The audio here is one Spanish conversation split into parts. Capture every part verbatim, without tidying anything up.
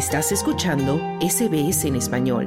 Estás escuchando S B S en español.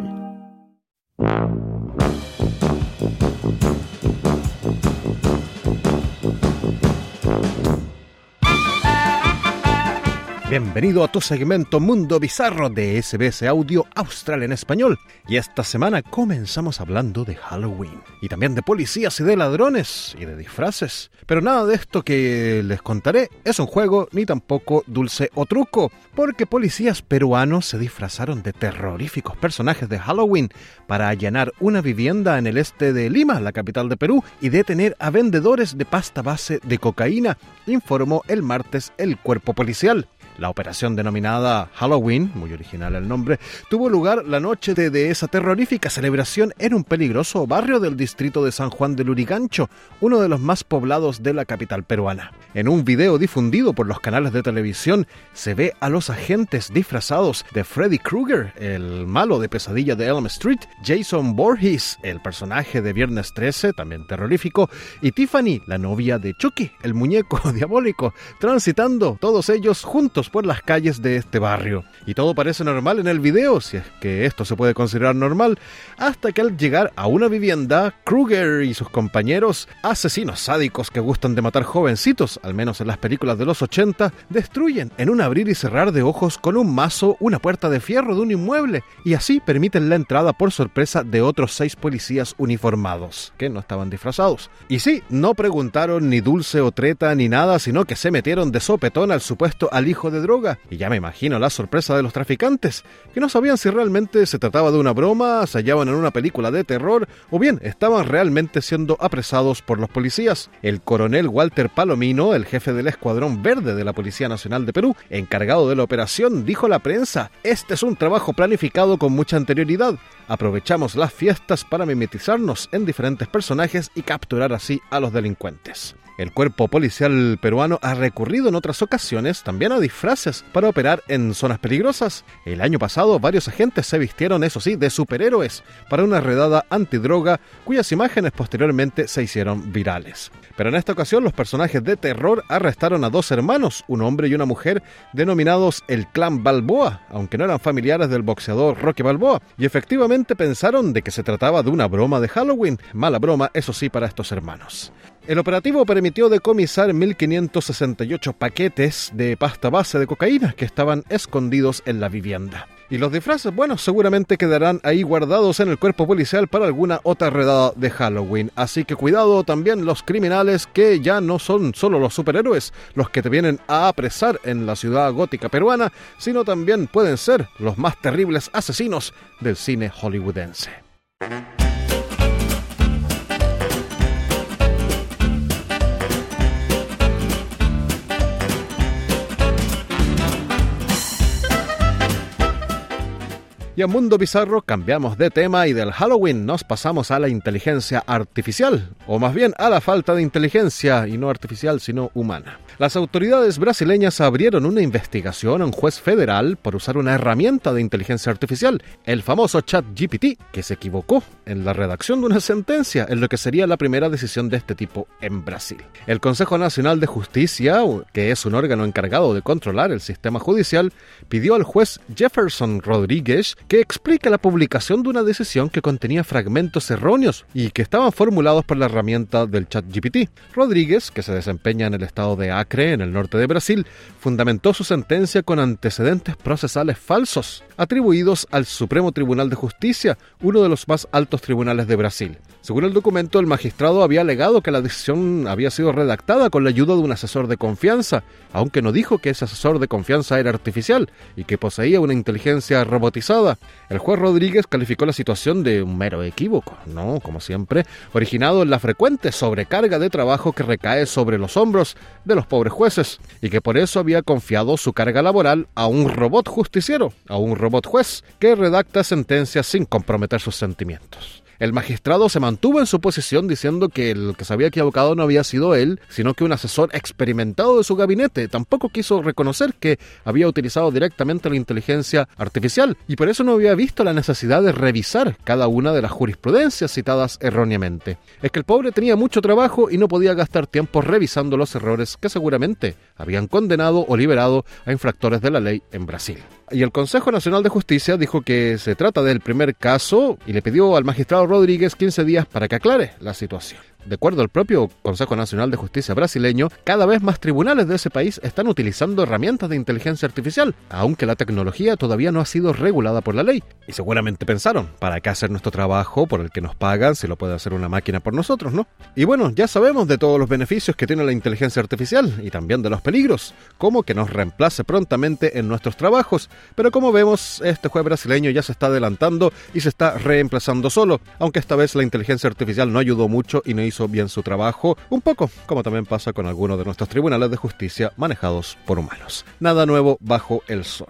Bienvenido a tu segmento Mundo Bizarro de S B S Audio Australia en español. Y esta semana comenzamos hablando de Halloween, y también de policías y de ladrones, y de disfraces. Pero nada de esto que les contaré es un juego, ni tampoco dulce o truco, porque policías peruanos se disfrazaron de terroríficos personajes de Halloween para allanar una vivienda en el este de Lima, la capital de Perú, y detener a vendedores de pasta base de cocaína, informó el martes el cuerpo policial. La operación denominada Halloween, muy original el nombre, tuvo lugar la noche de, de esa terrorífica celebración en un peligroso barrio del distrito de San Juan de Lurigancho, uno de los más poblados de la capital peruana. En un video difundido por los canales de televisión, se ve a los agentes disfrazados de Freddy Krueger, el malo de Pesadilla de Elm Street, Jason Voorhees, el personaje de Viernes trece, también terrorífico, y Tiffany, la novia de Chucky, el muñeco diabólico, transitando todos ellos juntos por las calles de este barrio. Y todo parece normal en el video, si es que esto se puede considerar normal, hasta que al llegar a una vivienda, Krueger y sus compañeros, asesinos sádicos que gustan de matar jovencitos, al menos en las películas de los ochenta, destruyen en un abrir y cerrar de ojos con un mazo una puerta de fierro de un inmueble, y así permiten la entrada por sorpresa de otros seis policías uniformados, que no estaban disfrazados. Y sí, no preguntaron ni dulce o treta ni nada, sino que se metieron de sopetón al supuesto alijo de droga, y ya me imagino la sorpresa de los traficantes, que no sabían si realmente se trataba de una broma, se hallaban en una película de terror, o bien estaban realmente siendo apresados por los policías. El coronel Walter Palomino, el jefe del Escuadrón Verde de la Policía Nacional de Perú, encargado de la operación, dijo a la prensa: "Este es un trabajo planificado con mucha anterioridad. Aprovechamos las fiestas para mimetizarnos en diferentes personajes y capturar así a los delincuentes". El cuerpo policial peruano ha recurrido en otras ocasiones también a disfraces para operar en zonas peligrosas. El año pasado, varios agentes se vistieron, eso sí, de superhéroes para una redada antidroga, cuyas imágenes posteriormente se hicieron virales. Pero en esta ocasión, los personajes de terror arrestaron a dos hermanos, un hombre y una mujer, denominados el Clan Balboa, aunque no eran familiares del boxeador Rocky Balboa, y efectivamente pensaron de que se trataba de una broma de Halloween. Mala broma, eso sí, para estos hermanos. El operativo permitió decomisar mil quinientos sesenta y ocho paquetes de pasta base de cocaína que estaban escondidos en la vivienda. Y los disfraces, bueno, seguramente quedarán ahí guardados en el cuerpo policial para alguna otra redada de Halloween. Así que cuidado también los criminales, que ya no son solo los superhéroes los que te vienen a apresar en la ciudad gótica peruana, sino también pueden ser los más terribles asesinos del cine hollywoodense. Y en Mundo Bizarro cambiamos de tema y del Halloween nos pasamos a la inteligencia artificial, o más bien a la falta de inteligencia, y no artificial sino humana. Las autoridades brasileñas abrieron una investigación a un juez federal por usar una herramienta de inteligencia artificial, el famoso ChatGPT, que se equivocó en la redacción de una sentencia, en lo que sería la primera decisión de este tipo en Brasil. El Consejo Nacional de Justicia, que es un órgano encargado de controlar el sistema judicial, pidió al juez Jefferson Rodríguez que explique la publicación de una decisión que contenía fragmentos erróneos y que estaban formulados por la herramienta del ChatGPT. Rodríguez, que se desempeña en el estado de Acre, en el norte de Brasil, fundamentó su sentencia con antecedentes procesales falsos, atribuidos al Supremo Tribunal de Justicia, uno de los más altos tribunales de Brasil. Según el documento, el magistrado había alegado que la decisión había sido redactada con la ayuda de un asesor de confianza, aunque no dijo que ese asesor de confianza era artificial y que poseía una inteligencia robotizada. El juez Rodríguez calificó la situación de un mero equívoco, no, como siempre, originado en la frecuente sobrecarga de trabajo que recae sobre los hombros de los pobres jueces, y que por eso había confiado su carga laboral a un robot justiciero, a un robot juez, que redacta sentencias sin comprometer sus sentimientos. El magistrado se mantuvo en su posición diciendo que el que se había equivocado no había sido él, sino que un asesor experimentado de su gabinete. Tampoco quiso reconocer que había utilizado directamente la inteligencia artificial y por eso no había visto la necesidad de revisar cada una de las jurisprudencias citadas erróneamente. Es que el pobre tenía mucho trabajo y no podía gastar tiempo revisando los errores que seguramente habían condenado o liberado a infractores de la ley en Brasil. Y el Consejo Nacional de Justicia dijo que se trata del primer caso y le pidió al magistrado Rodríguez quince días para que aclare la situación. De acuerdo al propio Consejo Nacional de Justicia brasileño, cada vez más tribunales de ese país están utilizando herramientas de inteligencia artificial, aunque la tecnología todavía no ha sido regulada por la ley. Y seguramente pensaron, ¿para qué hacer nuestro trabajo por el que nos pagan si lo puede hacer una máquina por nosotros, no? Y bueno, ya sabemos de todos los beneficios que tiene la inteligencia artificial y también de los peligros, como que nos reemplace prontamente en nuestros trabajos, pero como vemos, este juez brasileño ya se está adelantando y se está reemplazando solo, aunque esta vez la inteligencia artificial no ayudó mucho y no hizo bien su trabajo, un poco como también pasa con algunos de nuestros tribunales de justicia manejados por humanos. Nada nuevo bajo el sol.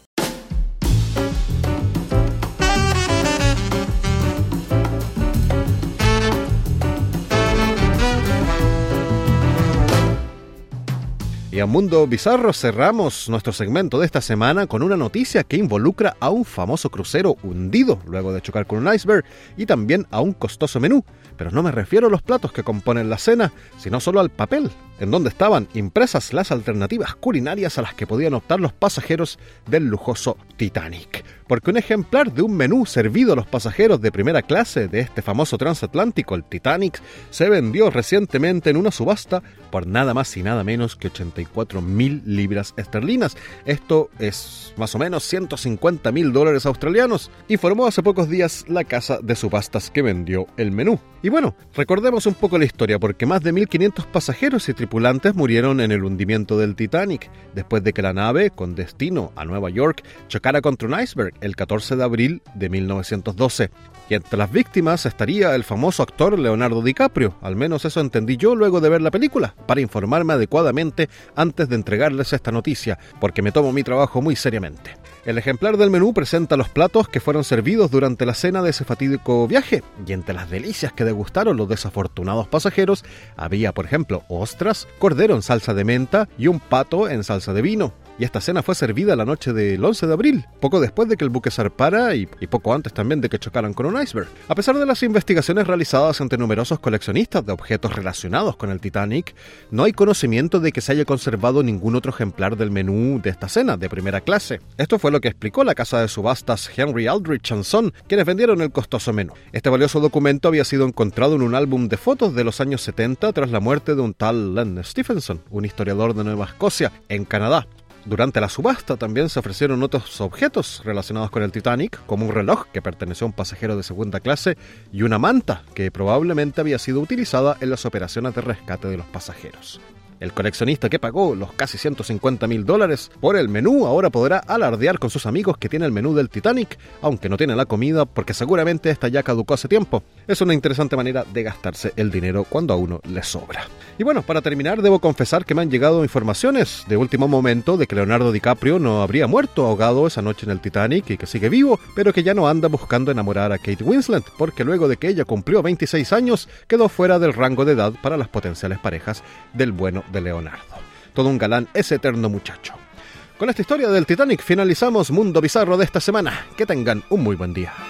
Y a Mundo Bizarro cerramos nuestro segmento de esta semana con una noticia que involucra a un famoso crucero hundido luego de chocar con un iceberg y también a un costoso menú. Pero no me refiero a los platos que componen la cena, sino solo al papel, en donde estaban impresas las alternativas culinarias a las que podían optar los pasajeros del lujoso Titanic. Porque un ejemplar de un menú servido a los pasajeros de primera clase de este famoso transatlántico, el Titanic, se vendió recientemente en una subasta por nada más y nada menos que ochenta y cuatro mil libras esterlinas. Esto es más o menos ciento cincuenta mil dólares australianos, informó hace pocos días la casa de subastas que vendió el menú. Y bueno, recordemos un poco la historia, porque más de mil quinientos pasajeros y tripulantes murieron en el hundimiento del Titanic, después de que la nave, con destino a Nueva York, chocara contra un iceberg el catorce de abril de mil novecientos doce. Y entre las víctimas estaría el famoso actor Leonardo DiCaprio, al menos eso entendí yo luego de ver la película, para informarme adecuadamente antes de entregarles esta noticia, porque me tomo mi trabajo muy seriamente. El ejemplar del menú presenta los platos que fueron servidos durante la cena de ese fatídico viaje, y entre las delicias que degustaron los desafortunados pasajeros había, por ejemplo, ostras, cordero en salsa de menta y un pato en salsa de vino. Y esta cena fue servida la noche del once de abril, poco después de que el buque zarpara y, y poco antes también de que chocaran con un iceberg. A pesar de las investigaciones realizadas ante numerosos coleccionistas de objetos relacionados con el Titanic, no hay conocimiento de que se haya conservado ningún otro ejemplar del menú de esta cena de primera clase. Esto fue lo que explicó la casa de subastas Henry Aldrich and Son, quienes vendieron el costoso menú. Este valioso documento había sido encontrado en un álbum de fotos de los años setenta tras la muerte de un tal Len Stephenson, un historiador de Nueva Escocia, en Canadá. Durante la subasta también se ofrecieron otros objetos relacionados con el Titanic, como un reloj que perteneció a un pasajero de segunda clase y una manta que probablemente había sido utilizada en las operaciones de rescate de los pasajeros. El coleccionista que pagó los casi ciento cincuenta mil dólares por el menú ahora podrá alardear con sus amigos que tiene el menú del Titanic, aunque no tiene la comida porque seguramente esta ya caducó hace tiempo. Es una interesante manera de gastarse el dinero cuando a uno le sobra. Y bueno, para terminar, debo confesar que me han llegado informaciones de último momento de que Leonardo DiCaprio no habría muerto ahogado esa noche en el Titanic y que sigue vivo, pero que ya no anda buscando enamorar a Kate Winslet, porque luego de que ella cumplió veintiséis años, quedó fuera del rango de edad para las potenciales parejas del bueno de Leonardo. Todo un galán ese eterno muchacho. Con esta historia del Titanic finalizamos Mundo Bizarro de esta semana. Que tengan un muy buen día.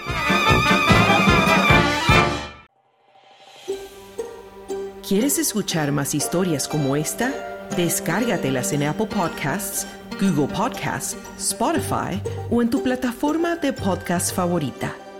¿Quieres escuchar más historias como esta? Descárgatelas en Apple Podcasts, Google Podcasts, Spotify o en tu plataforma de podcast favorita.